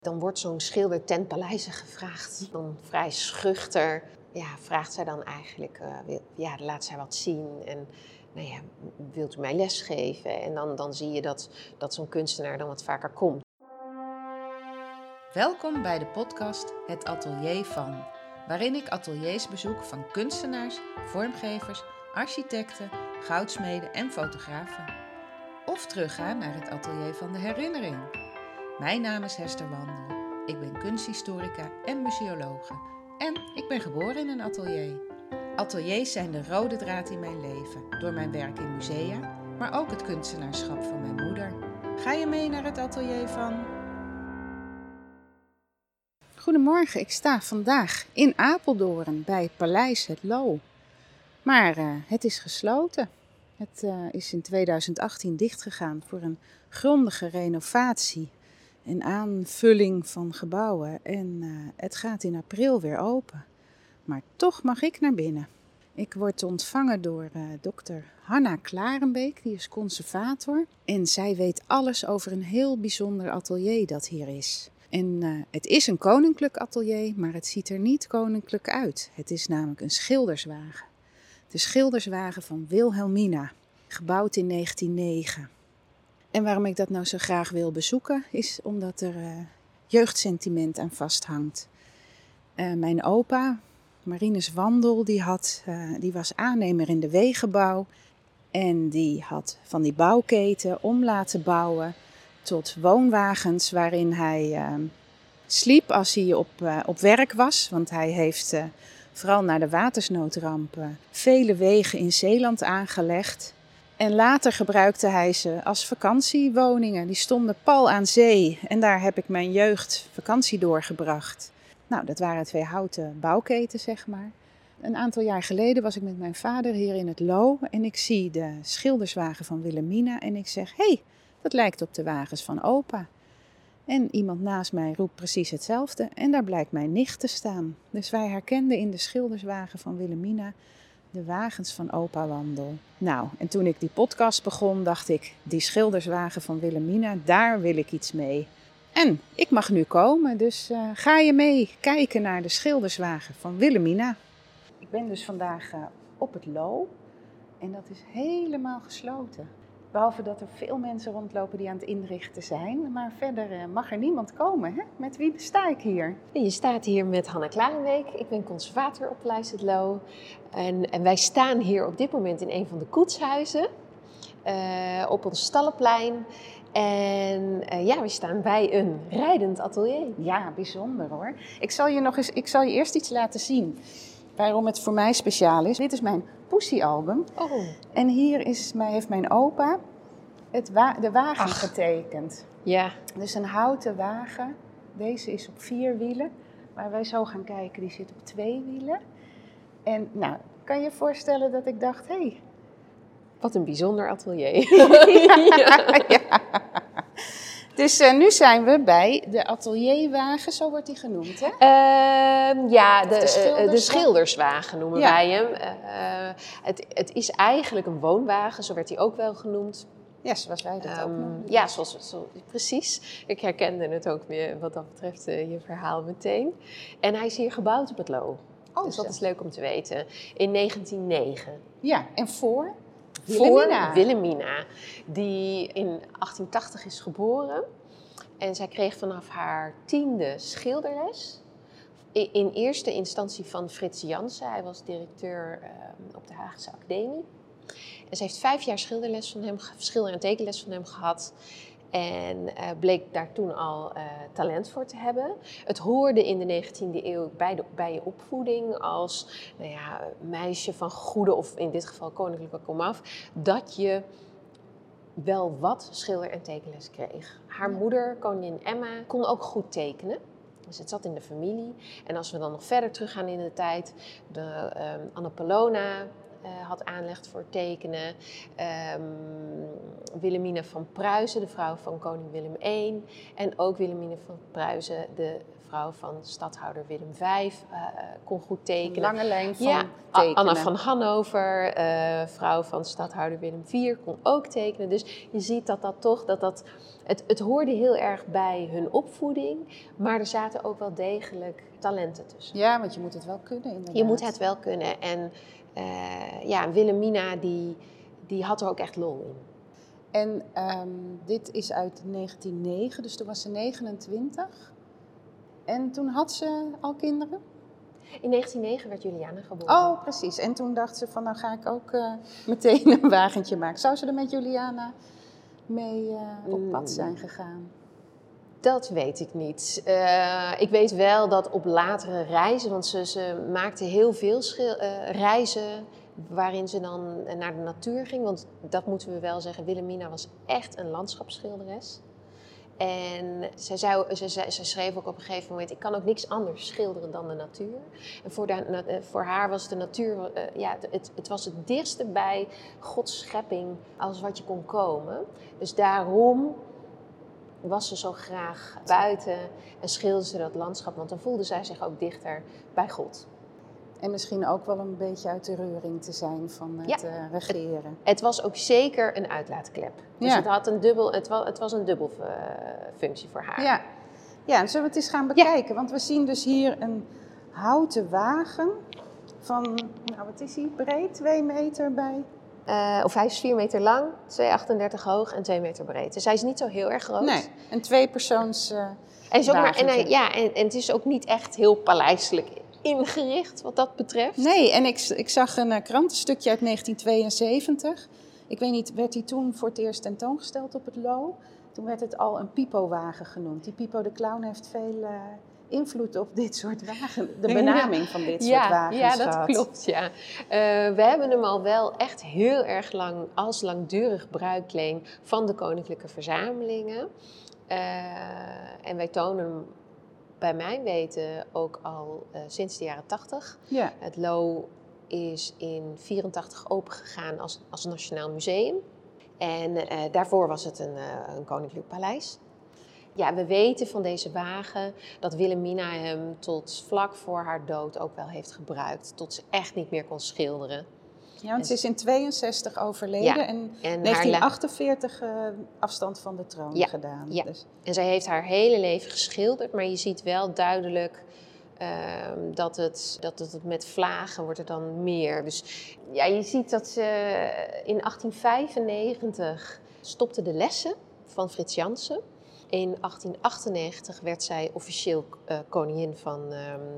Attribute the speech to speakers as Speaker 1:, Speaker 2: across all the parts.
Speaker 1: Dan wordt zo'n schilder ten paleize gevraagd. Dan vrij schuchter vraagt zij dan eigenlijk, laat zij wat zien en wilt u mij lesgeven? En dan zie je dat zo'n kunstenaar dan wat vaker komt.
Speaker 2: Welkom bij de podcast Het Atelier van, waarin ik ateliers bezoek van kunstenaars, vormgevers, architecten, goudsmeden en fotografen. Of terugga naar het atelier van de herinnering. Mijn naam is Hester Wandel. Ik ben kunsthistorica en museologe. En ik ben geboren in een atelier. Ateliers zijn de rode draad in mijn leven, door mijn werk in musea, maar ook het kunstenaarschap van mijn moeder. Ga je mee naar het atelier van? Goedemorgen, ik sta vandaag in Apeldoorn bij Paleis Het Loo. Maar het is gesloten. Het is in 2018 dichtgegaan voor een grondige renovatie en aanvulling van gebouwen. En het gaat in april weer open. Maar toch mag ik naar binnen. Ik word ontvangen door dokter Hanna Klarenbeek, die is conservator. En zij weet alles over een heel bijzonder atelier dat hier is. En het is een koninklijk atelier, maar het ziet er niet koninklijk uit. Het is namelijk een schilderswagen. De schilderswagen van Wilhelmina, gebouwd in 1909. En waarom ik dat nou zo graag wil bezoeken, is omdat er jeugdsentiment aan vasthangt. Mijn opa, Marinus Wandel, die was aannemer in de wegenbouw. En die had van die bouwketen om laten bouwen tot woonwagens waarin hij sliep als hij op werk was. Want hij heeft vooral na de watersnoodramp vele wegen in Zeeland aangelegd. En later gebruikte hij ze als vakantiewoningen. Die stonden pal aan zee en daar heb ik mijn jeugdvakantie doorgebracht. Nou, dat waren 2 houten bouwketen, zeg maar. Een aantal jaar geleden was ik met mijn vader hier in het Loo en ik zie de schilderswagen van Wilhelmina en ik zeg, hey, dat lijkt op de wagens van opa. En iemand naast mij roept precies hetzelfde en daar blijkt mijn nicht te staan. Dus wij herkenden in de schilderswagen van Wilhelmina de wagens van opa Wandel. Nou, en toen ik die podcast begon, dacht ik, die schilderswagen van Wilhelmina, daar wil ik iets mee. En ik mag nu komen, dus ga je mee kijken naar de schilderswagen van Wilhelmina. Ik ben dus vandaag op het Loo en dat is helemaal gesloten. Behalve dat er veel mensen rondlopen die aan het inrichten zijn. Maar verder mag er niemand komen. Hè? Met wie sta ik hier?
Speaker 1: Je staat hier met Hanna Klarenbeek. Ik ben conservator op Paleis Het Loo. En wij staan hier op dit moment in een van de koetshuizen. Op ons stallenplein. En we staan bij een rijdend atelier.
Speaker 2: Ja, bijzonder hoor. Ik zal je eerst iets laten zien. Waarom het voor mij speciaal is. Dit is mijn Poesie-album.
Speaker 1: Oh.
Speaker 2: En hier heeft mijn opa de wagen getekend.
Speaker 1: Ja.
Speaker 2: Dus een houten wagen. Deze is op 4 wielen. Waar wij zo gaan kijken, die zit op 2 wielen. En nou, kan je je voorstellen dat ik dacht, hé.
Speaker 1: Wat een bijzonder atelier.
Speaker 2: Ja. Dus nu zijn we bij de atelierwagen, zo wordt die genoemd, hè?
Speaker 1: De schilderswagen noemen wij hem. Het is eigenlijk een woonwagen, zo werd hij ook wel genoemd.
Speaker 2: Ja, zoals wij dat ook noemen.
Speaker 1: Ja, precies. Ik herkende het ook weer wat dat betreft je verhaal meteen. En hij is hier gebouwd op het Loo.
Speaker 2: Oh,
Speaker 1: dus dat is leuk om te weten. In 1909.
Speaker 2: Ja, en voor
Speaker 1: Wilhelmina, die in 1880 is geboren. En zij kreeg vanaf haar 10e schilderles. In eerste instantie van Frits Jansen. Hij was directeur op de Haagse Academie. En ze heeft 5 jaar schilder- en tekenles van hem gehad. En bleek daar toen al talent voor te hebben. Het hoorde in de 19e eeuw bij je opvoeding als meisje van goede, of in dit geval koninklijke komaf, dat je wel wat schilder- en tekenles kreeg. Haar moeder, koningin Emma, kon ook goed tekenen. Dus het zat in de familie. En als we dan nog verder teruggaan in de tijd, de Anna Paulowna, had aanleg voor tekenen. Wilhelmina van Pruisen, de vrouw van koning Willem I. En ook Wilhelmina van Pruisen, de vrouw van stadhouder Willem V, kon goed tekenen.
Speaker 2: Lange lijn van tekenen.
Speaker 1: Anna van Hannover, vrouw van stadhouder Willem IV, kon ook tekenen. Dus je ziet het hoorde heel erg bij hun opvoeding, maar er zaten ook wel degelijk talenten tussen.
Speaker 2: Ja, want je moet het wel kunnen inderdaad.
Speaker 1: Je moet het wel kunnen. En Wilhelmina die had er ook echt lol in.
Speaker 2: En dit is uit 1909, dus toen was ze 29. En toen had ze al kinderen?
Speaker 1: In 1909 werd Juliana geboren.
Speaker 2: Oh, precies. En toen dacht ze van, nou ga ik ook meteen een wagentje maken. Zou ze er met Juliana mee op pad zijn gegaan?
Speaker 1: Dat weet ik niet. Ik weet wel dat op latere reizen, want ze maakte heel veel reizen waarin ze dan naar de natuur ging. Want dat moeten we wel zeggen, Wilhelmina was echt een landschapsschilderes. En zij schreef ook op een gegeven moment, ik kan ook niks anders schilderen dan de natuur. En voor haar was de natuur, het was het dichtste bij Gods schepping als wat je kon komen. Dus daarom was ze zo graag buiten en schilderde ze dat landschap, want dan voelde zij zich ook dichter bij God.
Speaker 2: En misschien ook wel een beetje uit de reuring te zijn van het regeren.
Speaker 1: Het was ook zeker een uitlaatklep. Dus het was een dubbel functie voor haar.
Speaker 2: Ja, en zullen we het eens gaan bekijken? Ja. Want we zien dus hier een houten wagen van, nou wat is die breed? 2 meter bij?
Speaker 1: Hij is 4 meter lang, 2,38 hoog en 2 meter breed. Dus hij is niet zo heel erg groot.
Speaker 2: Nee, een 2-persoons
Speaker 1: en het is ook niet echt heel paleiselijk ingericht wat dat betreft.
Speaker 2: Nee, en ik zag een krantenstukje uit 1972. Ik weet niet, werd die toen voor het eerst tentoongesteld op het Loo? Toen werd het al een Pipo-wagen genoemd. Die Pipo de Clown heeft veel invloed op dit soort wagen, de benaming van dit soort wagens
Speaker 1: Ja, dat
Speaker 2: gehad.
Speaker 1: klopt, ja. We hebben hem al wel echt heel erg lang als langdurig bruikleen van de koninklijke verzamelingen. En wij tonen hem bij mijn weten ook al sinds de jaren 80.
Speaker 2: Ja.
Speaker 1: Het Loo is in 1984 opengegaan als nationaal museum. En daarvoor was het een koninklijk paleis. Ja, we weten van deze wagen dat Wilhelmina hem tot vlak voor haar dood ook wel heeft gebruikt. Tot ze echt niet meer kon schilderen.
Speaker 2: Ja, want ze is in 1962 overleden en 1948 afstand van de troon gedaan.
Speaker 1: Ja,
Speaker 2: dus.
Speaker 1: En zij heeft haar hele leven geschilderd, maar je ziet wel duidelijk dat het met vlagen wordt er dan meer. Dus ja, je ziet dat ze in 1895 stopte de lessen van Frits Janssen. In 1898 werd zij officieel koningin van...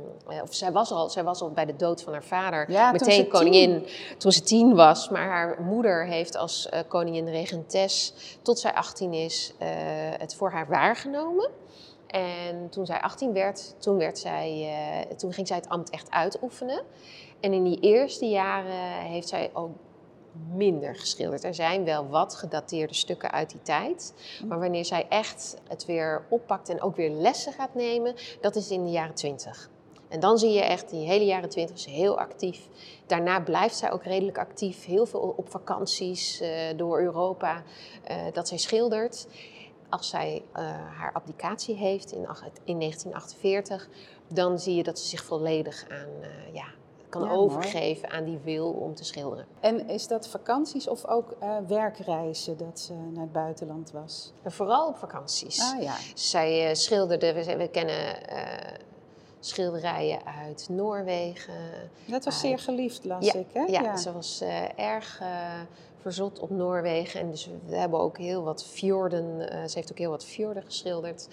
Speaker 1: zij was al bij de dood van haar vader meteen koningin toen ze 10 was. Maar haar moeder heeft als koningin regentes tot zij 18 is het voor haar waargenomen. En toen zij 18 werd, toen ging zij het ambt echt uitoefenen. En in die eerste jaren heeft zij ook minder geschilderd. Er zijn wel wat gedateerde stukken uit die tijd. Maar wanneer zij echt het weer oppakt en ook weer lessen gaat nemen, dat is in de jaren 20. En dan zie je echt, die hele jaren 20 is heel actief. Daarna blijft zij ook redelijk actief. Heel veel op vakanties door Europa dat zij schildert. Als zij haar abdicatie heeft in 1948, dan zie je dat ze zich volledig aan kan overgeven aan die wil om te schilderen.
Speaker 2: En is dat vakanties of ook werkreizen dat ze naar het buitenland was?
Speaker 1: Vooral op vakanties.
Speaker 2: Ah, ja.
Speaker 1: Zij schilderde, we kennen schilderijen uit Noorwegen.
Speaker 2: Dat was zeer geliefd, las ik, hè?
Speaker 1: Ja, ze was erg verzot op Noorwegen. En dus we hebben ook heel wat fjorden, ze heeft ook heel wat fjorden geschilderd.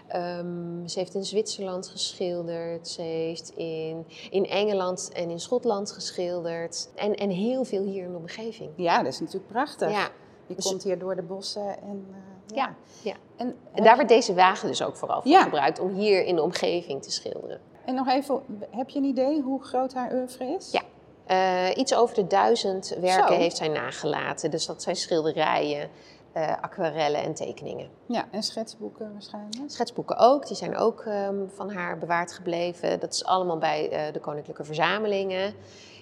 Speaker 1: Ze heeft in Zwitserland geschilderd, ze heeft in Engeland en in Schotland geschilderd. En heel veel hier in de omgeving.
Speaker 2: Ja, dat is natuurlijk prachtig.
Speaker 1: Ja.
Speaker 2: Je komt hier door de bossen en...
Speaker 1: Ja. En daar werd deze wagen dus ook vooral voor gebruikt om hier in de omgeving te schilderen.
Speaker 2: En nog even, heb je een idee hoe groot haar oeuvre is?
Speaker 1: Ja. Iets over de 1000 werken heeft zij nagelaten. Dus dat zijn schilderijen, aquarellen en tekeningen.
Speaker 2: Ja, en schetsboeken waarschijnlijk?
Speaker 1: Schetsboeken ook, die zijn ook van haar bewaard gebleven. Dat is allemaal bij de Koninklijke Verzamelingen.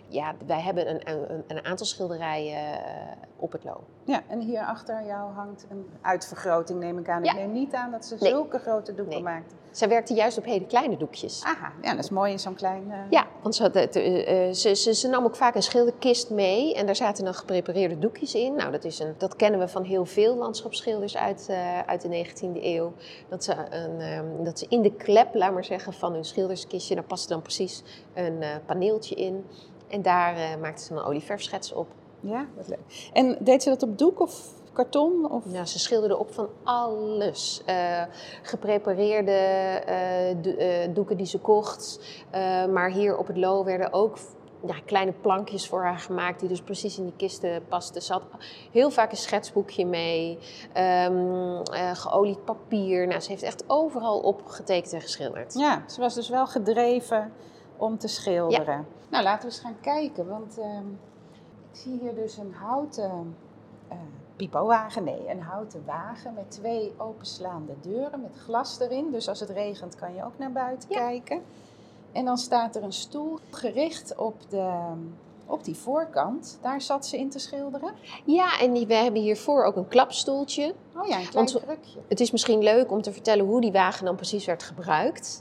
Speaker 1: Ja, wij hebben een aantal schilderijen op het Loo.
Speaker 2: Ja, en hier achter jou hangt een uitvergroting, neem ik aan.
Speaker 1: Ja.
Speaker 2: Ik neem niet aan dat ze
Speaker 1: Nee.
Speaker 2: zulke grote doeken
Speaker 1: Nee.
Speaker 2: maakt.
Speaker 1: Zij werkte juist op hele kleine doekjes.
Speaker 2: Aha, ja, dat is mooi in zo'n klein...
Speaker 1: Ja, want ze nam ook vaak een schilderkist mee en daar zaten dan geprepareerde doekjes in. Nou, dat kennen we van heel veel landschapsschilders uit de 19e eeuw. Dat ze in de klep, laat maar zeggen, van hun schilderskistje, daar paste dan precies een paneeltje in. En daar maakte ze een olieverfschets op.
Speaker 2: Ja, wat leuk. En deed ze dat op doek of karton? Of...
Speaker 1: Ja, ze schilderde op van alles. Geprepareerde doeken die ze kocht. Maar hier op het Loo werden ook kleine plankjes voor haar gemaakt die dus precies in die kisten pasten. Ze had heel vaak een schetsboekje mee. Geolied papier. Nou, ze heeft echt overal op getekend en geschilderd.
Speaker 2: Ja, ze was dus wel gedreven om te schilderen.
Speaker 1: Ja.
Speaker 2: Nou, laten we eens gaan kijken, want ik zie hier dus een houten pipowagen. Nee, een houten wagen met 2 openslaande deuren met glas erin. Dus als het regent kan je ook naar buiten kijken. En dan staat er een stoel gericht op die voorkant. Daar zat ze in te schilderen.
Speaker 1: Ja, en we hebben hiervoor ook een klapstoeltje.
Speaker 2: Oh ja, een klein krukje.
Speaker 1: Het is misschien leuk om te vertellen hoe die wagen dan precies werd gebruikt.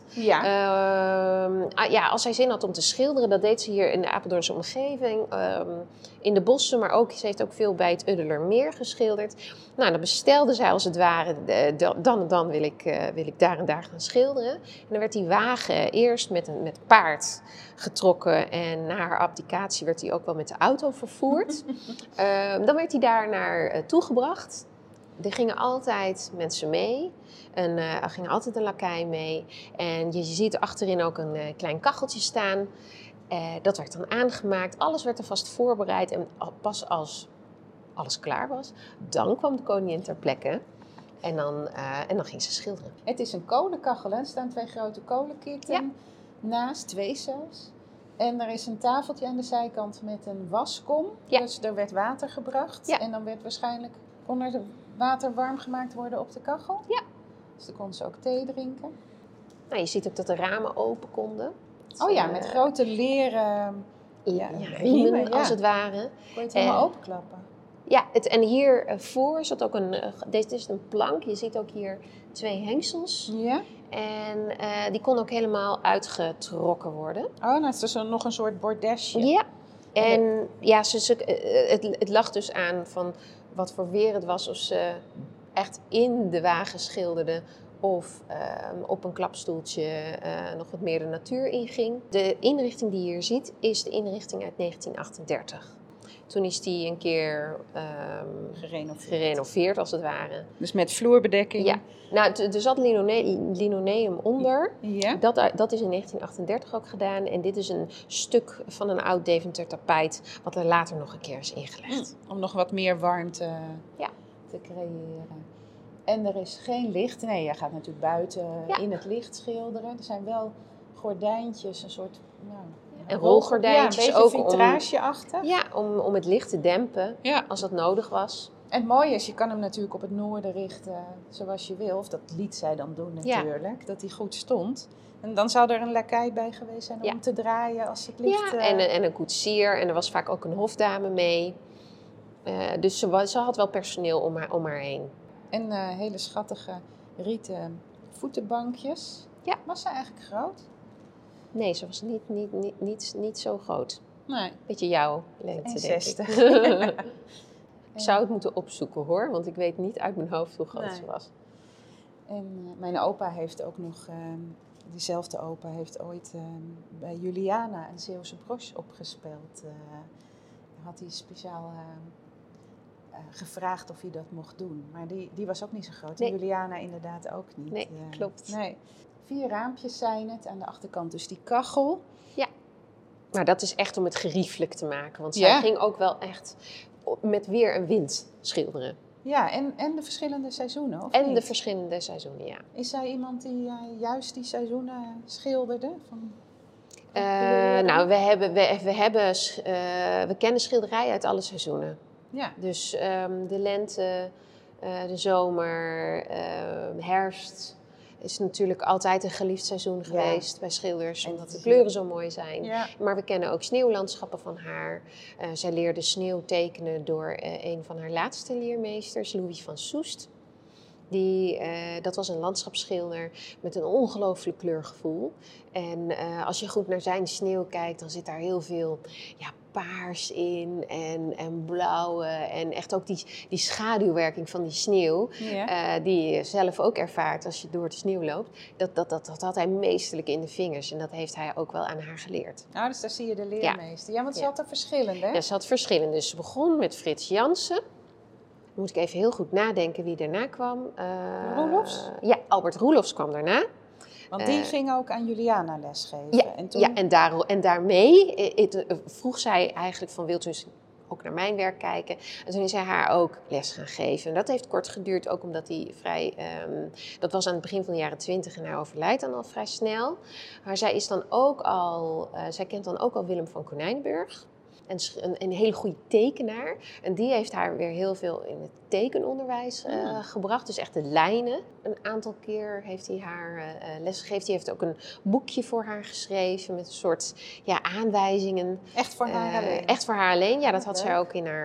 Speaker 2: Ja.
Speaker 1: Als zij zin had om te schilderen, dat deed ze hier in de Apeldoornse omgeving. In de bossen, maar ook, ze heeft ook veel bij het Uddelermeer geschilderd. Nou, dan bestelde zij als het ware, dan wil ik daar en daar gaan schilderen. En dan werd die wagen eerst met paard getrokken en na haar abdicatie werd hij ook wel met de auto vervoerd. Dan werd hij daar naartoe gebracht. Er gingen altijd mensen mee. En er ging altijd een lakai mee. En je ziet achterin ook een klein kacheltje staan. Dat werd dan aangemaakt. Alles werd alvast voorbereid. En pas als alles klaar was, dan kwam de koningin ter plekke. En dan ging ze schilderen.
Speaker 2: Het is een kolenkachel, hè? Er staan 2 grote kolenkitten naast, 2 zelfs. En er is een tafeltje aan de zijkant met een waskom.
Speaker 1: Ja.
Speaker 2: Dus er werd water gebracht.
Speaker 1: Ja.
Speaker 2: En dan werd waarschijnlijk onder het water warm gemaakt worden op de kachel.
Speaker 1: Ja.
Speaker 2: Dus dan kon ze ook thee drinken.
Speaker 1: Nou, je ziet ook dat de ramen open konden.
Speaker 2: Oh ja, met grote leren
Speaker 1: riemen als het ware.
Speaker 2: Kon je het helemaal openklappen?
Speaker 1: Ja, en hiervoor zat ook dit is een plank. Je ziet ook hier 2 hengsels.
Speaker 2: Ja.
Speaker 1: En die kon ook helemaal uitgetrokken worden.
Speaker 2: Oh, nou is er nog een soort bordesje.
Speaker 1: Ja. En ja, het lag dus aan van wat voor weer het was. Of ze echt in de wagen schilderde. Of op een klapstoeltje nog wat meer de natuur inging. De inrichting die je hier ziet is de inrichting uit 1938. Toen is die een keer gerenoveerd als het ware.
Speaker 2: Dus met vloerbedekking?
Speaker 1: Ja. Nou, er zat linoleum onder.
Speaker 2: Ja.
Speaker 1: Dat is in 1938 ook gedaan. En dit is een stuk van een oud Deventer tapijt, wat er later nog een keer is ingelegd.
Speaker 2: Om nog wat meer warmte te creëren. En er is geen licht. Nee, je gaat natuurlijk buiten in het licht schilderen. Er zijn wel gordijntjes, een soort...
Speaker 1: En rolgordijntjes
Speaker 2: ook. Een beetje
Speaker 1: ook
Speaker 2: vitrageachtig.
Speaker 1: Ja, om het licht te dempen als dat nodig was.
Speaker 2: En het mooie is, je kan hem natuurlijk op het noorden richten zoals je wil. Of dat liet zij dan doen natuurlijk, dat hij goed stond. En dan zou er een lakai bij geweest zijn om te draaien als het licht...
Speaker 1: Ja, en een koetsier. En er was vaak ook een hofdame mee. Dus ze had wel personeel om haar heen.
Speaker 2: En hele schattige rieten voetenbankjes. Ja. Was ze eigenlijk groot?
Speaker 1: Nee, ze was niet zo groot.
Speaker 2: Nee.
Speaker 1: Beetje jouw lengte,
Speaker 2: 60.
Speaker 1: Ik zou het moeten opzoeken hoor, want ik weet niet uit mijn hoofd hoe groot ze was.
Speaker 2: En mijn opa heeft ook nog, diezelfde opa heeft ooit bij Juliana een Zeeuwse broche opgespeeld. Had hij speciaal gevraagd of hij dat mocht doen. Maar die was ook niet zo groot. Nee. En Juliana inderdaad ook niet.
Speaker 1: Nee, klopt.
Speaker 2: Nee. 4 raampjes zijn het aan de achterkant, dus die kachel.
Speaker 1: Ja, maar dat is echt om het geriefelijk te maken. Want zij ging ook wel echt met weer en wind schilderen.
Speaker 2: Ja, en de verschillende seizoenen, of
Speaker 1: En
Speaker 2: niet?
Speaker 1: De verschillende seizoenen, ja.
Speaker 2: Is zij iemand die juist die seizoenen schilderde?
Speaker 1: We kennen schilderijen uit alle seizoenen.
Speaker 2: Ja.
Speaker 1: Dus de lente, de zomer, herfst. is natuurlijk altijd een geliefd seizoen geweest bij schilders, omdat de
Speaker 2: En
Speaker 1: kleuren zo mooi zijn.
Speaker 2: Ja.
Speaker 1: Maar we kennen ook sneeuwlandschappen van haar. Zij leerde sneeuw tekenen door een van haar laatste leermeesters, Louis van Soest. Dat was een landschapsschilder met een ongelooflijk kleurgevoel. En als je goed naar zijn sneeuw kijkt, dan zit daar heel veel paars in en blauwe. En echt ook die schaduwwerking van die sneeuw, die je zelf ook ervaart als je door de sneeuw loopt. Dat had hij meesterlijk in de vingers en dat heeft hij ook wel aan haar geleerd.
Speaker 2: Nou, dus daar zie je de leermeester. Ja, want ze had er verschillende, hè?
Speaker 1: Ja, ze had verschillende. Dus ze begon met Frits Janssen. Dan moet ik even heel goed nadenken wie daarna kwam.
Speaker 2: Roelofs?
Speaker 1: Ja, Albert Roelofs kwam daarna.
Speaker 2: Want die ging ook aan Juliana lesgeven.
Speaker 1: Ja,
Speaker 2: en, toen...
Speaker 1: en daarmee vroeg zij eigenlijk van, wilt u eens ook naar mijn werk kijken? En toen is hij haar ook les gaan geven. En dat heeft kort geduurd, ook omdat hij dat was aan het begin van de jaren 20 en hij overlijdt dan al vrij snel. Maar zij kent dan ook al Willem van Konijnenburg. Een hele goede tekenaar. En die heeft haar weer heel veel in het tekenonderwijs gebracht. Dus echt de lijnen. Een aantal keer heeft hij haar les gegeven. Die heeft ook een boekje voor haar geschreven met een soort aanwijzingen.
Speaker 2: Echt voor haar alleen?
Speaker 1: Echt voor haar alleen. Ja, dat had zij ook in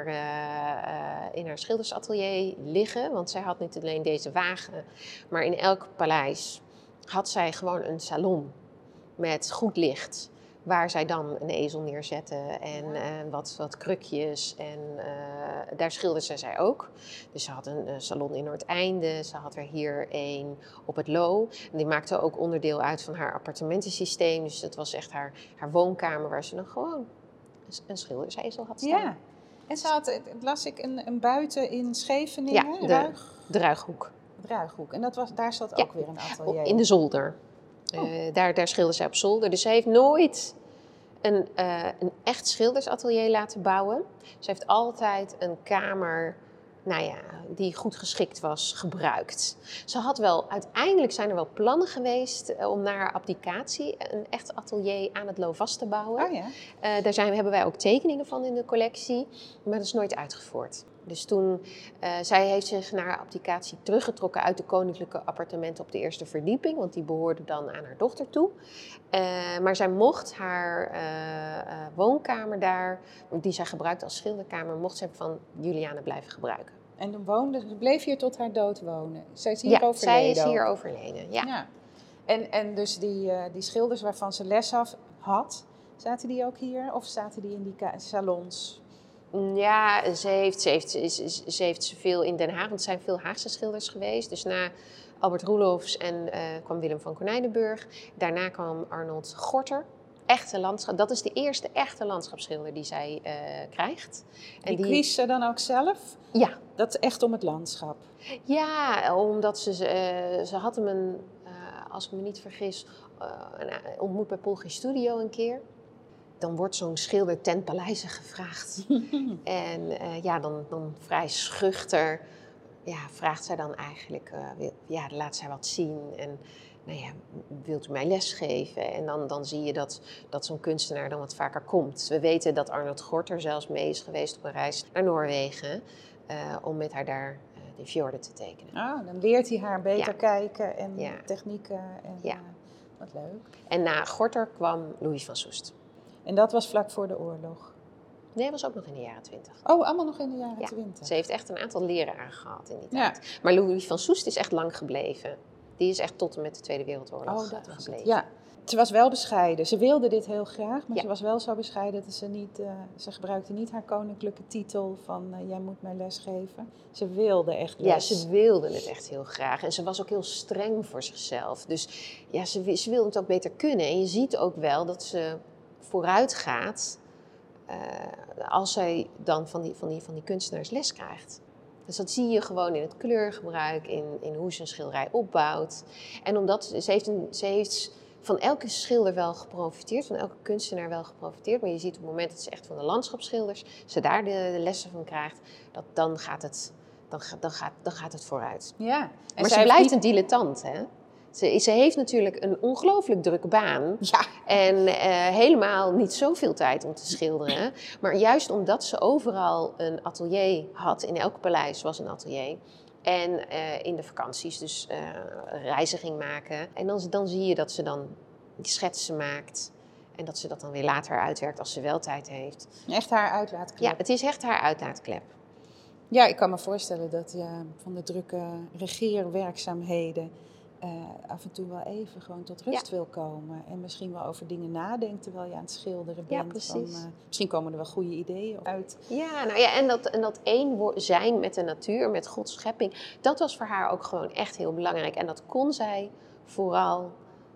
Speaker 1: haar schildersatelier liggen. Want zij had niet alleen deze wagen, maar in elk paleis had zij gewoon een salon met goed licht. Waar zij dan een ezel neerzette en wat krukjes. En daar schilderde zij ook. Dus ze had een salon in Noordeinde. Ze had er hier een op het Loo. En die maakte ook onderdeel uit van haar appartementensysteem. Dus dat was echt haar woonkamer waar ze dan gewoon een schildersezel had staan.
Speaker 2: Ja. En ze had, las ik, een buiten in Scheveningen?
Speaker 1: Ja, de Ruighoek.
Speaker 2: De Ruighoek. En daar zat ook weer een atelier.
Speaker 1: In de zolder. Daar schilderde zij op zolder. Dus ze heeft nooit een echt schildersatelier laten bouwen. Ze heeft altijd een kamer die goed geschikt was, gebruikt. Uiteindelijk zijn er wel plannen geweest om na haar abdicatie een echt atelier aan het Loo vast te bouwen.
Speaker 2: Oh ja.
Speaker 1: Hebben wij ook tekeningen van in de collectie, maar dat is nooit uitgevoerd. Dus toen, zij heeft zich na haar abdicatie teruggetrokken uit de koninklijke appartementen op de eerste verdieping, want die behoorden dan aan haar dochter toe. Maar zij mocht haar woonkamer daar, die zij gebruikte als schilderkamer, mocht zij van Juliana blijven gebruiken.
Speaker 2: En ze bleef hier tot haar dood wonen. Zij is hier overleden.
Speaker 1: Zij is hier overleden, ja.
Speaker 2: En dus die schilders waarvan ze les had, zaten die ook hier? Of zaten die in die salons?
Speaker 1: Ja, ze heeft veel in Den Haag, want er zijn veel Haagse schilders geweest. Dus na Albert Roelofs kwam Willem van Konijnenburg. Daarna kwam Arnold Gorter. Dat is de eerste echte landschapsschilder die zij krijgt. En
Speaker 2: die kiest ze dan ook zelf?
Speaker 1: Ja.
Speaker 2: Dat is echt om het landschap?
Speaker 1: Ja, omdat ze had hem als ik me niet vergis, ontmoet bij Paul G. Studio een keer. Dan wordt zo'n schilder ten paleize gevraagd. En dan vrij schuchter vraagt zij dan eigenlijk, laat zij wat zien. En wilt u mij lesgeven? En dan zie je dat zo'n kunstenaar dan wat vaker komt. We weten dat Arnold Gorter zelfs mee is geweest op een reis naar Noorwegen. Om met haar daar die fjorden te tekenen.
Speaker 2: Dan leert hij haar beter kijken en technieken. Wat leuk.
Speaker 1: En na Gorter kwam Louis van Soest.
Speaker 2: En dat was vlak voor de oorlog?
Speaker 1: Nee, dat was ook nog in de jaren 20.
Speaker 2: Oh, allemaal nog in de jaren 20.
Speaker 1: Ze heeft echt een aantal leraren gehad in die tijd. Maar Louis van Soest is echt lang gebleven. Die is echt tot en met de Tweede Wereldoorlog gebleven.
Speaker 2: Ja, ze was wel bescheiden. Ze wilde dit heel graag, maar ze was wel zo bescheiden dat ze gebruikte niet haar koninklijke titel van jij moet mij lesgeven. Ze wilde echt les.
Speaker 1: Ja, ze wilde het echt heel graag. En ze was ook heel streng voor zichzelf. Dus ze wilde het ook beter kunnen. En je ziet ook wel dat ze vooruit gaat als zij dan van die kunstenaars les krijgt. Dus dat zie je gewoon in het kleurgebruik, in hoe ze een schilderij opbouwt. En omdat ze heeft van elke schilder wel geprofiteerd, van elke kunstenaar wel geprofiteerd. Maar je ziet op het moment dat ze echt van de landschapsschilders, ze daar de lessen van krijgt, dan gaat het vooruit.
Speaker 2: Ja.
Speaker 1: Maar ze blijft een dilettant, hè? Ze heeft natuurlijk een ongelooflijk drukke baan.
Speaker 2: Ja.
Speaker 1: En helemaal niet zoveel tijd om te schilderen. Maar juist omdat ze overal een atelier had, in elk paleis was een atelier, En in de vakanties dus reizen ging maken. En dan zie je dat ze dan die schetsen maakt. En dat ze dat dan weer later uitwerkt als ze wel tijd heeft.
Speaker 2: Echt haar uitlaatklep.
Speaker 1: Ja, het is echt haar uitlaatklep.
Speaker 2: Ja, ik kan me voorstellen dat van de drukke regeerwerkzaamheden af en toe wel even gewoon tot rust wil komen. En misschien wel over dingen nadenkt terwijl je aan het schilderen bent.
Speaker 1: Ja, precies.
Speaker 2: Misschien komen er wel goede ideeën uit.
Speaker 1: Ja, nou ja, en dat één zijn met de natuur, met Gods schepping, dat was voor haar ook gewoon echt heel belangrijk. En dat kon zij vooral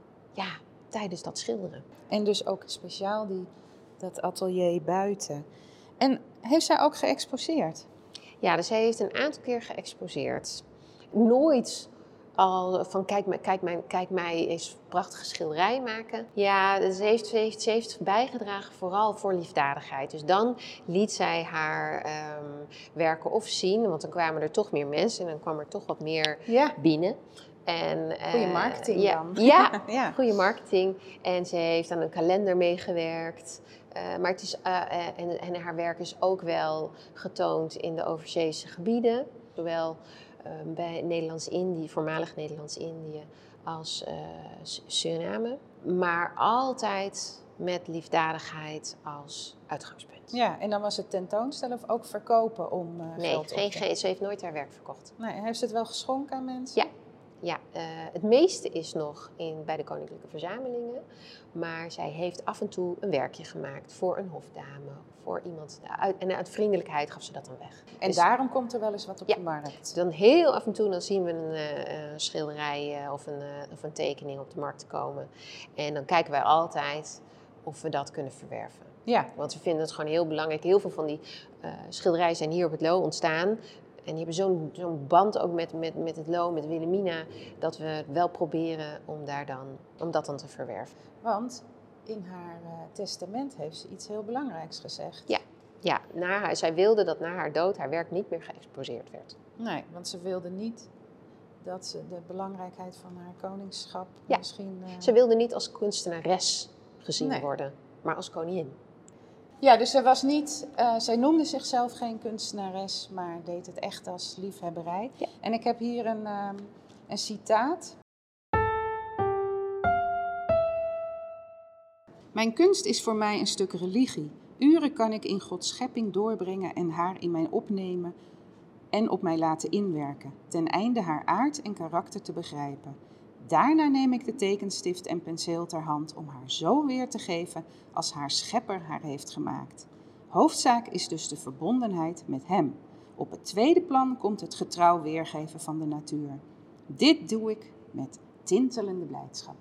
Speaker 1: tijdens dat schilderen.
Speaker 2: En dus ook speciaal dat atelier buiten. En heeft zij ook geëxposeerd?
Speaker 1: Ja, dus zij heeft een aantal keer geëxposeerd. Nooit al van kijk mij eens een prachtige schilderij maken. Ja, dus ze heeft bijgedragen vooral voor liefdadigheid. Dus dan liet zij haar werken of zien, want dan kwamen er toch meer mensen en dan kwam er toch wat meer binnen.
Speaker 2: Goede marketing dan.
Speaker 1: Ja,
Speaker 2: ja,
Speaker 1: goede marketing. En ze heeft aan een kalender meegewerkt. Maar het is, en haar werk is ook wel getoond in de overzeese gebieden. Zowel bij Nederlands-Indië, voormalig Nederlands-Indië, als Suriname. Maar altijd met liefdadigheid als uitgangspunt.
Speaker 2: Ja, en dan was het tentoonstellen of ook verkopen om geld op te...
Speaker 1: Ze heeft nooit haar werk verkocht.
Speaker 2: Nee, heeft ze het wel geschonken aan mensen?
Speaker 1: Ja, het meeste is nog bij de Koninklijke Verzamelingen. Maar zij heeft af en toe een werkje gemaakt voor een hofdame. Voor iemand. En uit vriendelijkheid gaf ze dat dan weg.
Speaker 2: En dus daarom komt er wel eens wat op de markt?
Speaker 1: Dan heel af en toe dan zien we een schilderij of een tekening op de markt komen. En dan kijken wij altijd of we dat kunnen verwerven.
Speaker 2: Ja.
Speaker 1: Want we vinden het gewoon heel belangrijk. Heel veel van die schilderijen zijn hier op het Loo ontstaan. En die hebben zo'n band ook met het Loo, met Wilhelmina, dat we het wel proberen om dat dan te verwerven.
Speaker 2: Want in haar testament heeft ze iets heel belangrijks gezegd.
Speaker 1: Ja, zij wilde dat na haar dood haar werk niet meer geëxposeerd werd.
Speaker 2: Nee, want ze wilde niet dat ze de belangrijkheid van haar koningschap misschien...
Speaker 1: Ze wilde niet als kunstenares gezien worden, maar als koningin.
Speaker 2: Ja, dus zij noemde zichzelf geen kunstenares, maar deed het echt als liefhebberij.
Speaker 1: Ja.
Speaker 2: En ik heb hier een citaat. Mijn kunst is voor mij een stuk religie. Uren kan ik in Gods schepping doorbrengen en haar in mij opnemen en op mij laten inwerken, ten einde haar aard en karakter te begrijpen. Daarna neem ik de tekenstift en penseel ter hand om haar zo weer te geven als haar schepper haar heeft gemaakt. Hoofdzaak is dus de verbondenheid met hem. Op het tweede plan komt het getrouw weergeven van de natuur. Dit doe ik met tintelende blijdschap.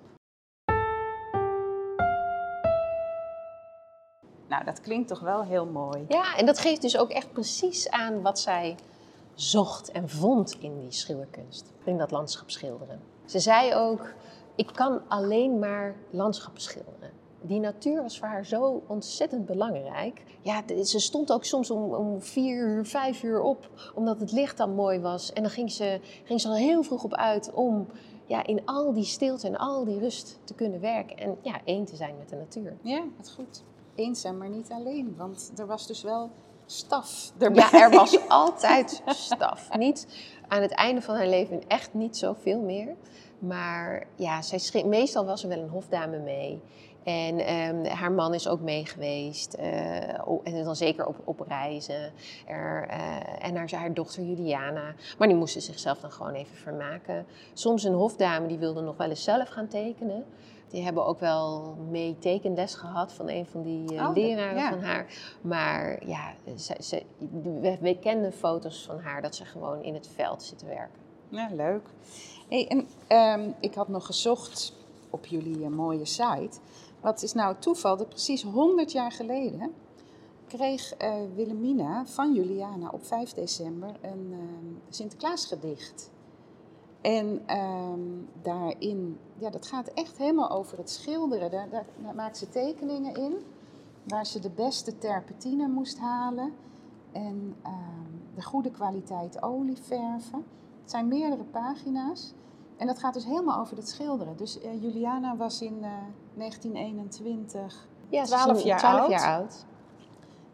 Speaker 2: Nou, dat klinkt toch wel heel mooi.
Speaker 1: Ja, en dat geeft dus ook echt precies aan wat zij zocht en vond in die schilderkunst. In dat landschapsschilderen. Ze zei ook, ik kan alleen maar landschappen schilderen. Die natuur was voor haar zo ontzettend belangrijk. Ja, ze stond ook soms om 4 uur, 5 uur op, omdat het licht dan mooi was. En dan ging ze al heel vroeg op uit om in al die stilte en al die rust te kunnen werken. En één te zijn met de natuur.
Speaker 2: Ja, dat is goed. Eenzaam, maar niet alleen. Want er was dus wel staf erbij.
Speaker 1: Ja, er was altijd staf. Niet aan het einde van haar leven echt niet zoveel meer. Maar ja, meestal was er wel een hofdame mee. En haar man is ook mee geweest. En dan zeker op reizen. En haar dochter Juliana. Maar die moesten zichzelf dan gewoon even vermaken. Soms een hofdame die wilde nog wel eens zelf gaan tekenen. Die hebben ook wel mee tekenles gehad van een van die leraren van haar. Maar ja, we kenden foto's van haar dat ze gewoon in het veld zit te werken.
Speaker 2: Ja, leuk. Hey, en ik had nog gezocht op jullie mooie site. Wat is nou het toeval dat precies 100 jaar geleden kreeg Wilhelmina van Juliana op 5 december een Sinterklaasgedicht. En daarin, dat gaat echt helemaal over het schilderen. Daar maakt ze tekeningen in, waar ze de beste terpentine moest halen. En de goede kwaliteit olie verven. Het zijn meerdere pagina's. En dat gaat dus helemaal over het schilderen. Dus Juliana was in 1921 12 jaar oud.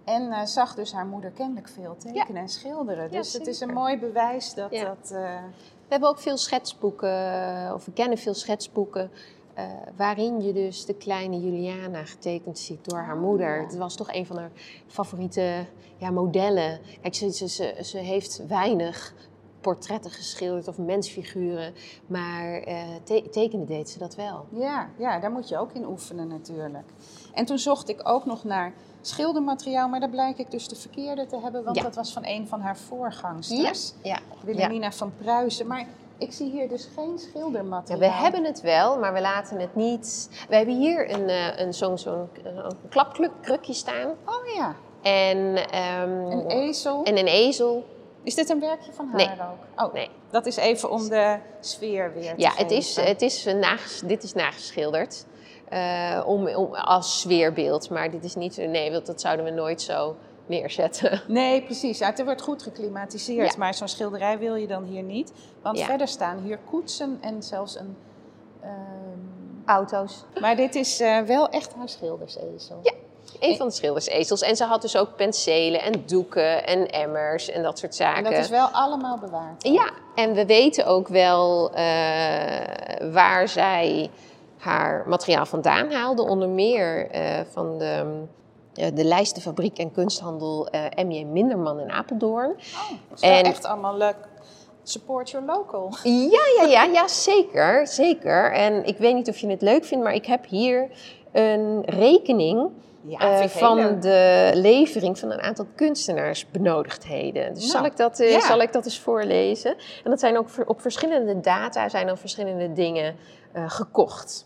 Speaker 2: En zag dus haar moeder kennelijk veel tekenen en schilderen. Dus het is een mooi bewijs dat dat...
Speaker 1: We hebben ook veel schetsboeken, of we kennen veel schetsboeken... waarin je dus de kleine Juliana getekend ziet door haar moeder.
Speaker 2: Ja.
Speaker 1: Het was toch een van haar favoriete modellen. Kijk, ze heeft weinig portretten geschilderd of mensfiguren, maar tekenen deed ze dat wel.
Speaker 2: Ja, daar moet je ook in oefenen natuurlijk. En toen zocht ik ook nog naar schildermateriaal, maar daar blijk ik dus de verkeerde te hebben, want dat was van een van haar voorgangsters, Wilhelmina van Pruisen. Maar ik zie hier dus geen schildermateriaal.
Speaker 1: Ja, we hebben het wel, maar we laten het niet... We hebben hier zo'n klapkrukje staan.
Speaker 2: Oh ja.
Speaker 1: En
Speaker 2: een ezel.
Speaker 1: En een ezel.
Speaker 2: Is dit een werkje van haar ook? Oh, nee. Dat is even om de sfeer weer te geven.
Speaker 1: Dit is nageschilderd. Als sfeerbeeld, maar dit is niet... Nee, want dat zouden we nooit zo neerzetten.
Speaker 2: Nee, precies. Ja, het wordt goed geklimatiseerd, maar zo'n schilderij wil je dan hier niet. Want verder staan hier koetsen en zelfs een...
Speaker 1: auto's.
Speaker 2: Maar dit is wel echt haar schildersezel.
Speaker 1: Ja, een van de schildersezels. En ze had dus ook penselen en doeken en emmers en dat soort zaken.
Speaker 2: En dat is wel allemaal bewaard.
Speaker 1: Ja, en we weten ook wel waar zij haar materiaal vandaan haalde. Onder meer van de lijstenfabriek en kunsthandel M.J. Minderman in Apeldoorn.
Speaker 2: Oh, dat is wel echt allemaal leuk. Support your local.
Speaker 1: Ja, zeker. En ik weet niet of je het leuk vindt, maar ik heb hier een rekening van de levering van een aantal kunstenaarsbenodigdheden. Dus zal ik dat eens voorlezen? En dat zijn ook op verschillende data zijn dan verschillende dingen gekocht.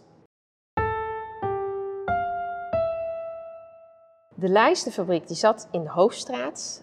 Speaker 1: De lijstenfabriek die zat in de Hoofdstraat,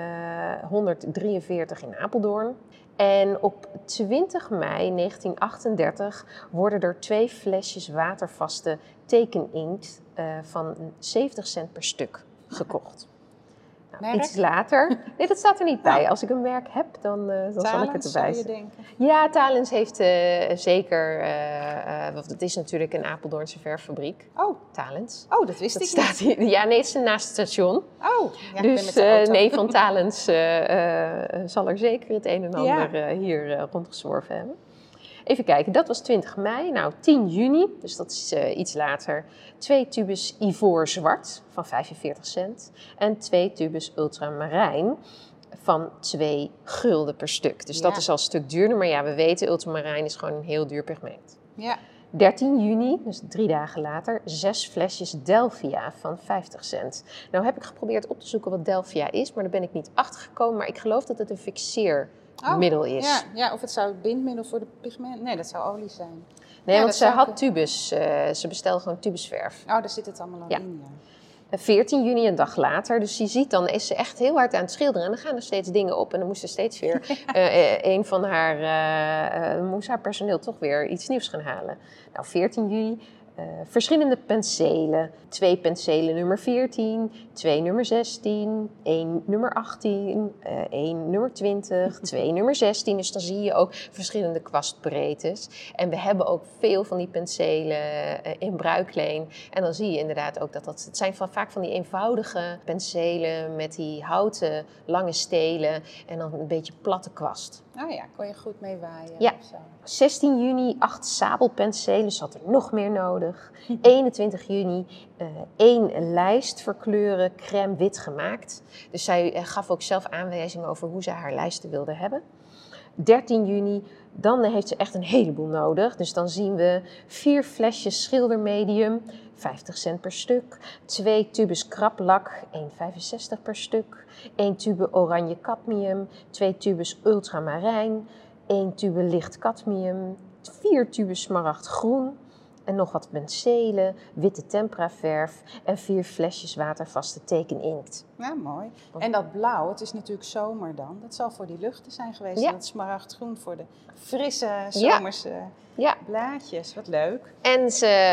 Speaker 1: 143 in Apeldoorn. En op 20 mei 1938 worden er 2 flesjes watervaste tekeninkt van 70 cent per stuk gekocht. Nou, iets later... Nee, dat staat er niet bij. Als ik een merk heb, dan zal ik het erbij zetten. Ja, Thalens heeft zeker... want het is natuurlijk een Apeldoornse verffabriek.
Speaker 2: Oh.
Speaker 1: Thalens.
Speaker 2: Oh, dat wist ik
Speaker 1: staat
Speaker 2: niet.
Speaker 1: Hier, ja, nee, het is naast het station.
Speaker 2: Oh. Ja,
Speaker 1: dus van Thalens zal er zeker het een en ander hier rondgezworven hebben. Even kijken, dat was 20 mei. Nou, 10 juni, dus dat is iets later. 2 tubes ivoor zwart van 45 cent. En 2 tubes ultramarijn van 2 gulden per stuk. Dus dat is al een stuk duurder. Maar ja, we weten, ultramarijn is gewoon een heel duur pigment.
Speaker 2: Ja.
Speaker 1: 13 juni, dus 3 dagen later, 6 flesjes Delphia van 50 cent. Nou heb ik geprobeerd op te zoeken wat Delphia is, maar daar ben ik niet achter gekomen. Maar ik geloof dat het een fixeermiddel is.
Speaker 2: Ja, of het zou bindmiddel voor de pigment... Nee, dat zou olie zijn.
Speaker 1: Nee, want ze had tubes. Ze bestelde gewoon tubesverf.
Speaker 2: Oh, daar zit het allemaal al in,
Speaker 1: 14 juni, een dag later. Dus je ziet, dan is ze echt heel hard aan het schilderen. En dan gaan er steeds dingen op. En dan moest er steeds weer een van moest haar personeel toch weer iets nieuws gaan halen. Nou, 14 juni... verschillende penselen. 2 penselen nummer 14, 2 nummer 16, 1 nummer 18, 1 nummer 20, 2 nummer 16. Dus dan zie je ook verschillende kwastbreedtes. En we hebben ook veel van die penselen in bruikleen. En dan zie je inderdaad ook het zijn vaak van die eenvoudige penselen met die houten lange stelen en dan een beetje platte kwast.
Speaker 2: Oh ja, kon je goed mee waaien.
Speaker 1: Ja. 16 juni 8 sabelpenselen, dus had er nog meer nodig. 21 juni 1 lijst verkleuren crème wit gemaakt. Dus zij gaf ook zelf aanwijzingen over hoe ze haar lijsten wilde hebben. 13 juni, dan heeft ze echt een heleboel nodig. Dus dan zien we 4 flesjes schildermedium, 50 cent per stuk. 2 tubes kraplak, 1,65 per stuk. 1 tube oranje cadmium, 2 tubes ultramarijn. 1 tube licht cadmium, 4 tubes smaragdgroen en nog wat penselen, witte temperaverf en 4 flesjes watervaste tekeninkt.
Speaker 2: Ja, mooi. En dat blauw, het is natuurlijk zomer dan, dat zal voor die luchten zijn geweest. En dat smaragdgroen voor de frisse zomerse blaadjes. Wat leuk.
Speaker 1: En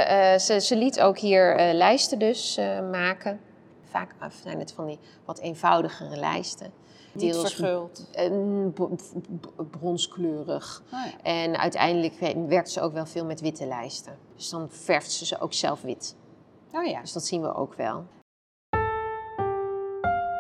Speaker 1: ze liet ook hier lijsten dus maken. Vaak zijn het van die wat eenvoudigere lijsten.
Speaker 2: Niet verguld.
Speaker 1: Bronskleurig.
Speaker 2: Oh ja.
Speaker 1: En uiteindelijk werkt ze ook wel veel met witte lijsten. Dus dan verft ze ook zelf wit.
Speaker 2: Oh ja.
Speaker 1: Dus dat zien we ook wel.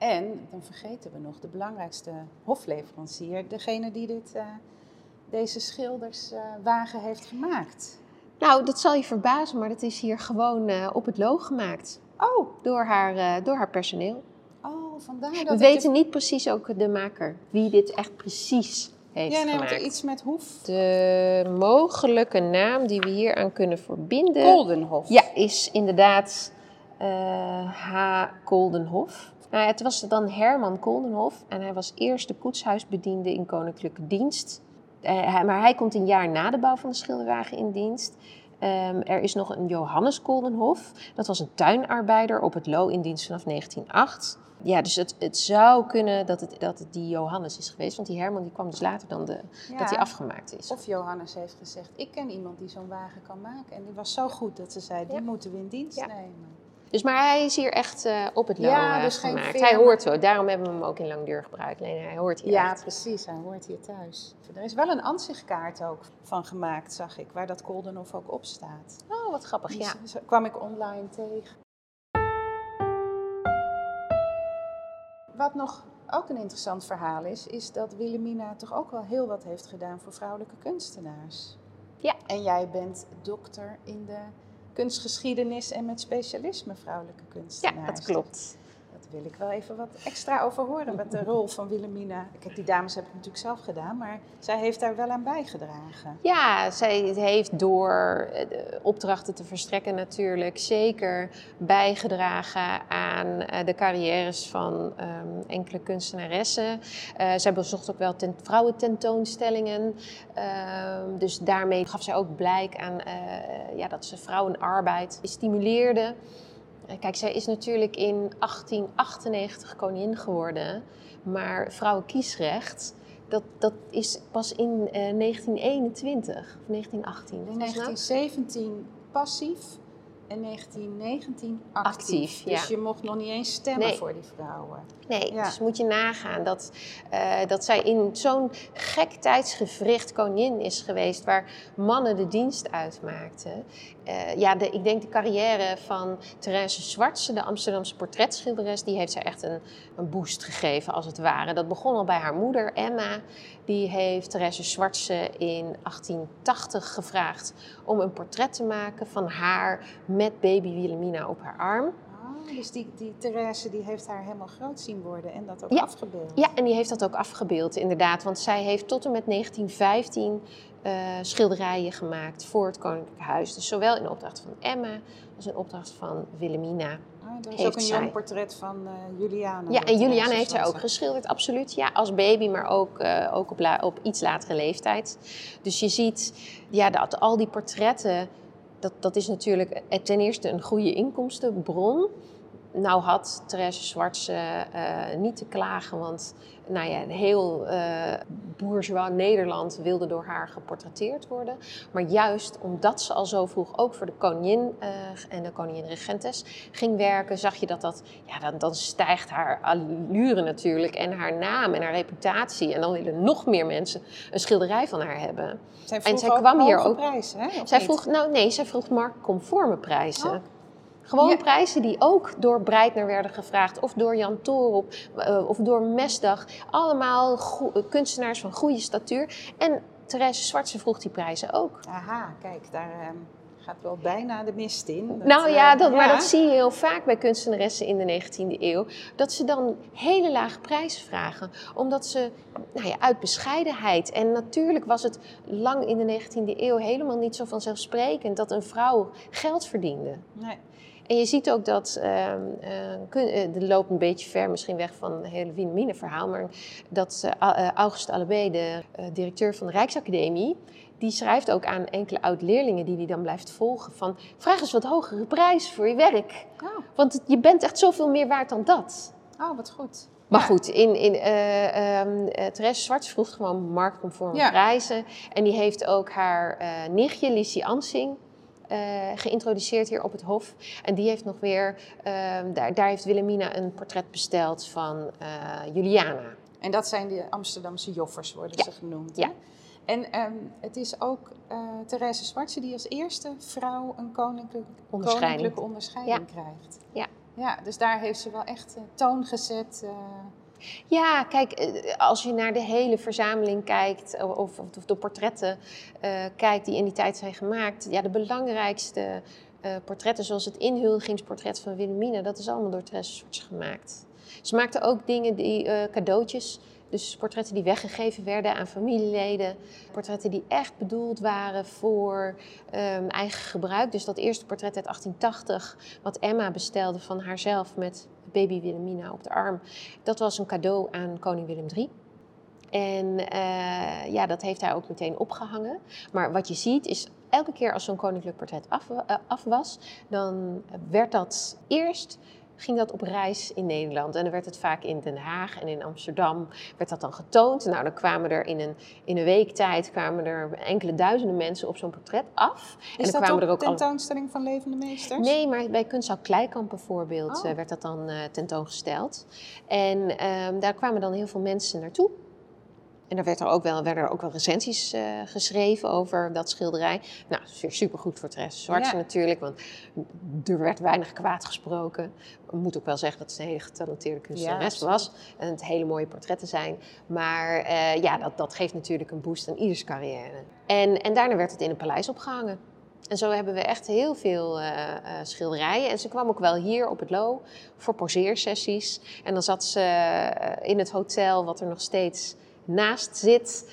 Speaker 2: En dan vergeten we nog de belangrijkste hofleverancier, degene die deze schilderswagen heeft gemaakt.
Speaker 1: Nou, dat zal je verbazen, maar dat is hier gewoon op het Loo gemaakt.
Speaker 2: Oh,
Speaker 1: Door haar personeel.
Speaker 2: oh, vandaar dat
Speaker 1: We weten niet precies ook de maker, wie dit echt precies heeft gemaakt.
Speaker 2: Want iets met hoef.
Speaker 1: De mogelijke naam die we hier aan kunnen verbinden...
Speaker 2: Koldenhof.
Speaker 1: Ja, is inderdaad H. Koldenhof. Nou, het was dan Herman Koldenhof en hij was eerst de koetshuisbediende in koninklijke dienst. Maar hij komt een jaar na de bouw van de schilderwagen in dienst. Er is nog een Johannes Koldenhof. Dat was een tuinarbeider op het Loo in dienst vanaf 1908. Ja, dus het zou kunnen dat het die Johannes is geweest. Want die Herman die kwam dus later dan dat hij afgemaakt is.
Speaker 2: Of Johannes heeft gezegd, ik ken iemand die zo'n wagen kan maken. En die was zo goed dat ze zei, die moeten we in dienst nemen.
Speaker 1: Dus maar hij is hier echt op het Loo
Speaker 2: dus
Speaker 1: gemaakt. Hij hoort zo, daarom hebben we hem ook in Langdeur gebruikt. Nee, hij hoort hier echt.
Speaker 2: Precies, hij hoort hier thuis. Er is wel een ansichtkaart ook van gemaakt, zag ik, waar dat Koldenhof ook op staat.
Speaker 1: Oh, wat grappig,
Speaker 2: Dus kwam ik online tegen. Wat nog ook een interessant verhaal is dat Wilhelmina toch ook wel heel wat heeft gedaan voor vrouwelijke kunstenaars.
Speaker 1: Ja.
Speaker 2: En jij bent dokter in de kunstgeschiedenis en met specialisme vrouwelijke kunstenaars.
Speaker 1: Ja, dat klopt.
Speaker 2: Daar wil ik wel even wat extra over horen met de rol van Wilhelmina. Kijk, die dames heb ik natuurlijk zelf gedaan, maar zij heeft daar wel aan bijgedragen.
Speaker 1: Ja, zij heeft door opdrachten te verstrekken natuurlijk zeker bijgedragen aan de carrières van enkele kunstenaressen. Zij bezocht ook wel vrouwententoonstellingen. Dus daarmee gaf zij ook blijk aan dat ze vrouwenarbeid stimuleerde. Kijk, zij is natuurlijk in 1898 koningin geworden, maar vrouwenkiesrecht, dat is pas in 1921 of 1918.
Speaker 2: In 1917 passief en 1919 actief. Dus je mocht nog niet eens stemmen voor die vrouwen.
Speaker 1: Nee, dus moet je nagaan dat zij in zo'n gek tijdsgewricht koningin is geweest waar mannen de dienst uitmaakten. Ik denk de carrière van Therese Swartse, de Amsterdamse portretschilderes, die heeft zij echt een boost gegeven als het ware. Dat begon al bij haar moeder Emma. Die heeft Therese Swartse in 1880 gevraagd om een portret te maken van haar met baby Wilhelmina op haar arm.
Speaker 2: Dus die Therese die heeft haar helemaal groot zien worden en dat ook afgebeeld.
Speaker 1: Ja, en die heeft dat ook afgebeeld inderdaad. Want zij heeft tot en met 1915 schilderijen gemaakt voor het Koninklijk Huis. Dus zowel in opdracht van Emma als in opdracht van Wilhelmina.
Speaker 2: Er is ook een jong portret van Juliana.
Speaker 1: Ja, en Juliana heeft zij ook geschilderd, absoluut. Ja, als baby, maar ook op iets latere leeftijd. Dus je ziet dat al die portretten, dat is natuurlijk ten eerste een goede inkomstenbron. Nou had Therese Swartse niet te klagen, want heel bourgeois Nederland wilde door haar geportretteerd worden. Maar juist omdat ze al zo vroeg ook voor de koningin en de koningin-regentes ging werken, zag je dan stijgt haar allure natuurlijk en haar naam en haar reputatie. En dan willen nog meer mensen een schilderij van haar hebben.
Speaker 2: Zij kwam hier ook prijzen, hè?
Speaker 1: Zij vroeg marktconforme prijzen. Oh. Gewoon prijzen die ook door Breitner werden gevraagd, of door Jan Toorop, of door Mesdag. Allemaal kunstenaars van goede statuur. En Therese Swartse vroeg die prijzen ook.
Speaker 2: Aha, kijk, daar gaat wel bijna de mist in.
Speaker 1: Maar dat zie je heel vaak bij kunstenaressen in de 19e eeuw. Dat ze dan hele lage prijzen vragen. Omdat ze, uit bescheidenheid. En natuurlijk was het lang in de 19e eeuw helemaal niet zo vanzelfsprekend dat een vrouw geld verdiende. Nee. En je ziet ook dat, er loopt een beetje ver misschien weg van het hele Wilhelmina-verhaal, maar dat August Allebee, de directeur van de Rijksacademie, die schrijft ook aan enkele oud-leerlingen die dan blijft volgen van, vraag eens wat hogere prijzen voor je werk. Oh. Want je bent echt zoveel meer waard dan dat.
Speaker 2: Oh, wat goed.
Speaker 1: Maar goed, Therese Swartse vroeg gewoon marktconforme prijzen. En die heeft ook haar nichtje, Lissie Ansing, geïntroduceerd hier op het Hof. En die heeft nog weer, daar heeft Wilhelmina een portret besteld van Juliana.
Speaker 2: En dat zijn de Amsterdamse joffers, worden ze genoemd. Ja. En het is ook Therese Swartse die als eerste vrouw een koninklijke onderscheiding krijgt.
Speaker 1: Ja.
Speaker 2: Ja, dus daar heeft ze wel echt toon gezet.
Speaker 1: Ja, kijk, als je naar de hele verzameling kijkt, of de portretten kijkt die in die tijd zijn gemaakt. Ja, de belangrijkste portretten, zoals het inhuldigingsportret van Wilhelmina, dat is allemaal door Therese Swartz gemaakt. Ze maakte ook dingen, cadeautjes, dus portretten die weggegeven werden aan familieleden. Portretten die echt bedoeld waren voor eigen gebruik. Dus dat eerste portret uit 1880, wat Emma bestelde van haarzelf met baby Wilhelmina op de arm. Dat was een cadeau aan koning Willem III. En dat heeft hij ook meteen opgehangen. Maar wat je ziet is, elke keer als zo'n koninklijk portret af was, dan werd dat eerst... ging dat op reis in Nederland. En dan werd het vaak in Den Haag en in Amsterdam werd dat dan getoond. Nou, dan kwamen er in een week tijd enkele duizenden mensen op zo'n portret af.
Speaker 2: Is
Speaker 1: en dan
Speaker 2: dat
Speaker 1: kwamen
Speaker 2: ook tentoonstelling van levende meesters?
Speaker 1: Nee, maar bij Kunstzaal Kleikamp bijvoorbeeld werd dat dan tentoongesteld. En daar kwamen dan heel veel mensen naartoe. En daar werden er ook wel recensies geschreven over dat schilderij. Nou, supergoed voor Therese Swartz natuurlijk, want er werd weinig kwaad gesproken. Ik moet ook wel zeggen dat ze een hele getalenteerde kunstenares was. En het hele mooie portretten zijn. Maar dat geeft natuurlijk een boost aan ieders carrière. En daarna werd het in het paleis opgehangen. En zo hebben we echt heel veel schilderijen. En ze kwam ook wel hier op het Loo voor poseersessies. En dan zat ze in het hotel, wat er nog steeds naast zit.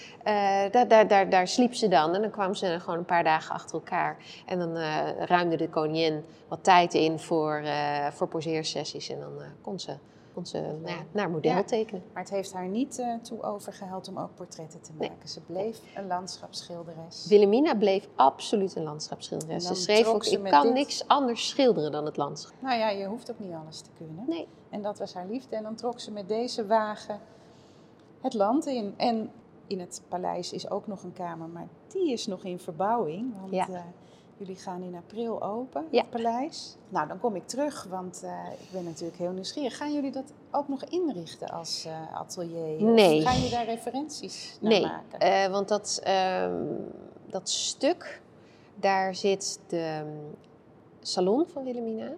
Speaker 1: Daar sliep ze dan. En dan kwam ze gewoon een paar dagen achter elkaar. En dan ruimde de koningin wat tijd in voor poseersessies. En dan kon ze naar model tekenen.
Speaker 2: Maar het heeft haar niet toe overgehaald om ook portretten te maken. Nee. Ze bleef een landschapsschilderes.
Speaker 1: Wilhelmina bleef absoluut een landschapsschilderes. Ze schreef ook, ik kan niks anders schilderen dan het landschap.
Speaker 2: Nou ja, je hoeft ook niet alles te kunnen.
Speaker 1: Nee.
Speaker 2: En dat was haar liefde. En dan trok ze met deze wagen het land in. En in het paleis is ook nog een kamer, maar die is nog in verbouwing. Want jullie gaan in april open, het paleis. Nou, dan kom ik terug, want ik ben natuurlijk heel nieuwsgierig. Gaan jullie dat ook nog inrichten als atelier?
Speaker 1: Nee.
Speaker 2: Of gaan je daar referenties naar maken?
Speaker 1: Nee, want dat stuk, daar zit de salon van Wilhelmina.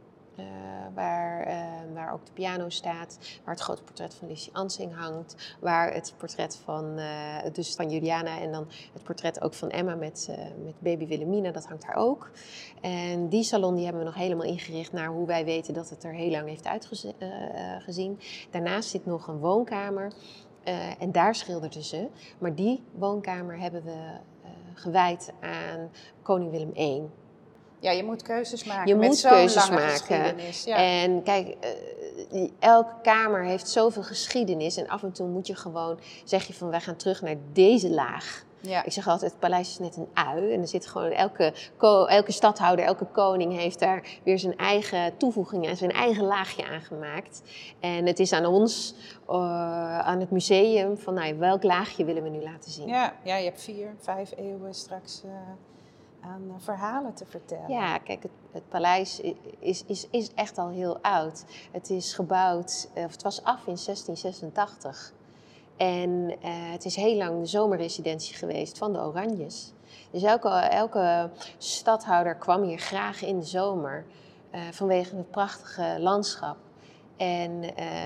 Speaker 1: Waar ook de piano staat, waar het grote portret van Lucie Ansing hangt, waar het portret van Juliana en dan het portret ook van Emma met baby Wilhelmina, dat hangt daar ook. En die salon die hebben we nog helemaal ingericht naar hoe wij weten dat het er heel lang heeft uitgezien. Daarnaast zit nog een woonkamer en daar schilderden ze, maar die woonkamer hebben we gewijd aan koning Willem I.
Speaker 2: Ja, je moet keuzes maken.
Speaker 1: Je moet keuzes maken.
Speaker 2: Ja.
Speaker 1: En kijk, elke kamer heeft zoveel geschiedenis. En af en toe moet je gewoon zeggen van, wij gaan terug naar deze laag. Ja. Ik zeg altijd, het paleis is net een ui. En er zit gewoon elke stadhouder, elke koning heeft daar weer zijn eigen toevoegingen en zijn eigen laagje aangemaakt. En het is aan ons, aan het museum, van welk laagje willen we nu laten zien.
Speaker 2: Ja, je hebt 4, 5 eeuwen straks aan verhalen te vertellen.
Speaker 1: Ja, kijk, het paleis is echt al heel oud. Het is gebouwd, het was af in 1686. En het is heel lang de zomerresidentie geweest van de Oranjes. Dus elke stadhouder kwam hier graag in de zomer vanwege het prachtige landschap. En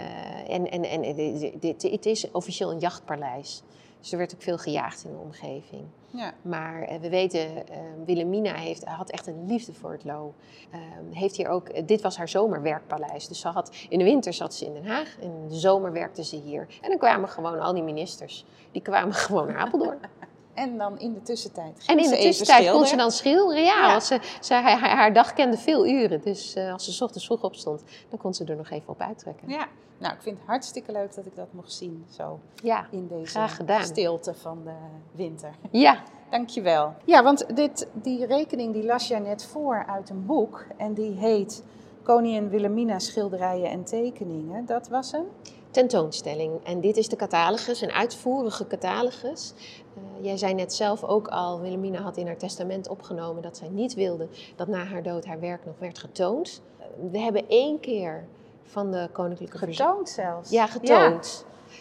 Speaker 1: het is officieel een jachtpaleis. Dus er werd ook veel gejaagd in de omgeving. Ja. Maar we weten, Wilhelmina had echt een liefde voor het Loo. Heeft hier ook, dit was haar zomerwerkpaleis. Dus in de winter zat ze in Den Haag en in de zomer werkte ze hier. En dan kwamen gewoon al die ministers, die kwamen gewoon naar Apeldoorn.
Speaker 2: En dan in de tussentijd
Speaker 1: kon ze dan schilderen, want haar dag kende veel uren. Dus als ze 's ochtends vroeg opstond, dan kon ze er nog even op uittrekken.
Speaker 2: Ja, nou, ik vind het hartstikke leuk dat ik dat mocht zien, zo in deze stilte van de winter.
Speaker 1: Ja.
Speaker 2: Dankjewel. Ja, want die rekening die las jij net voor uit een boek en die heet Koningin Wilhelmina schilderijen en tekeningen. Dat was een
Speaker 1: tentoonstelling. En dit is de catalogus, een uitvoerige catalogus. Jij zei net zelf ook al, Wilhelmina had in haar testament opgenomen dat zij niet wilde dat na haar dood haar werk nog werd getoond. We hebben 1 keer van de koninklijke
Speaker 2: getoond zelfs?
Speaker 1: Ja, getoond. Ja.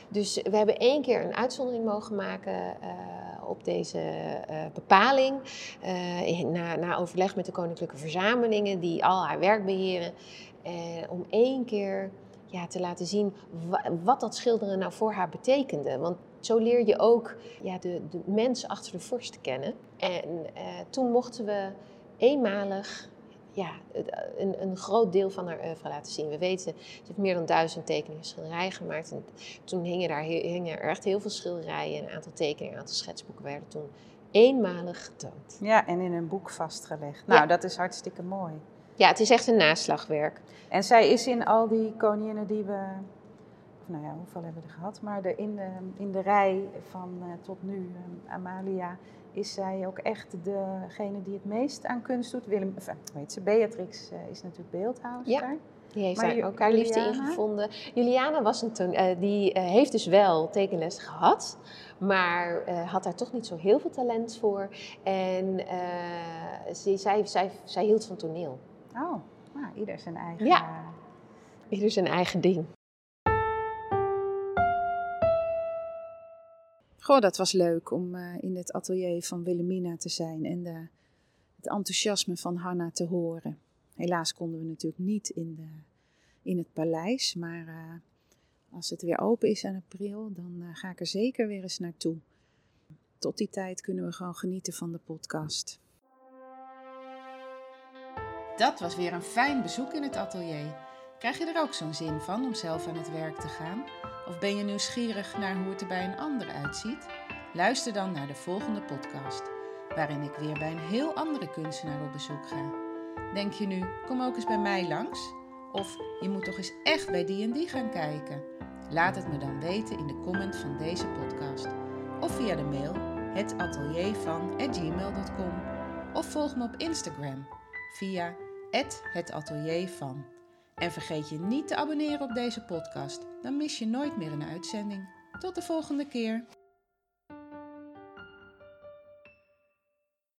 Speaker 1: Dus we hebben 1 keer een uitzondering mogen maken op deze bepaling. Na overleg met de koninklijke verzamelingen die al haar werk beheren. Om 1 keer te laten zien wat dat schilderen nou voor haar betekende. Want zo leer je ook de mens achter de vorst kennen. En toen mochten we eenmalig een groot deel van haar oeuvre laten zien. We weten, ze heeft meer dan 1000 tekeningen en schilderijen gemaakt. En toen hingen er echt heel veel schilderijen, een aantal tekeningen, een aantal schetsboeken werden toen eenmalig getoond.
Speaker 2: Ja, en in een boek vastgelegd. Nou, dat is hartstikke mooi.
Speaker 1: Ja, het is echt een naslagwerk.
Speaker 2: En zij is in al die koninginnen die we, hoeveel hebben we er gehad? Maar in de rij van tot nu, Amalia, is zij ook echt degene die het meest aan kunst doet. Beatrix is natuurlijk beeldhouwster.
Speaker 1: Ja, die heeft daar ook haar liefde in gevonden. Juliana was die heeft dus wel tekenles gehad, maar had daar toch niet zo heel veel talent voor. En zij hield van toneel.
Speaker 2: Oh, ieder zijn eigen...
Speaker 1: Ja, ieder zijn eigen ding.
Speaker 2: Goh, dat was leuk om in het atelier van Wilhelmina te zijn en het enthousiasme van Hanna te horen. Helaas konden we natuurlijk niet in het paleis, maar als het weer open is in april, dan ga ik er zeker weer eens naartoe. Tot die tijd kunnen we gewoon genieten van de podcast. Dat was weer een fijn bezoek in het atelier. Krijg je er ook zo'n zin van om zelf aan het werk te gaan? Of ben je nieuwsgierig naar hoe het er bij een ander uitziet? Luister dan naar de volgende podcast, waarin ik weer bij een heel andere kunstenaar op bezoek ga. Denk je nu, kom ook eens bij mij langs? Of je moet toch eens echt bij die en die gaan kijken? Laat het me dan weten in de comment van deze podcast. Of via de mail hetateliervan@gmail.com. Of volg me op Instagram via @hetateliervan. En vergeet je niet te abonneren op deze podcast, dan mis je nooit meer een uitzending. Tot de volgende keer!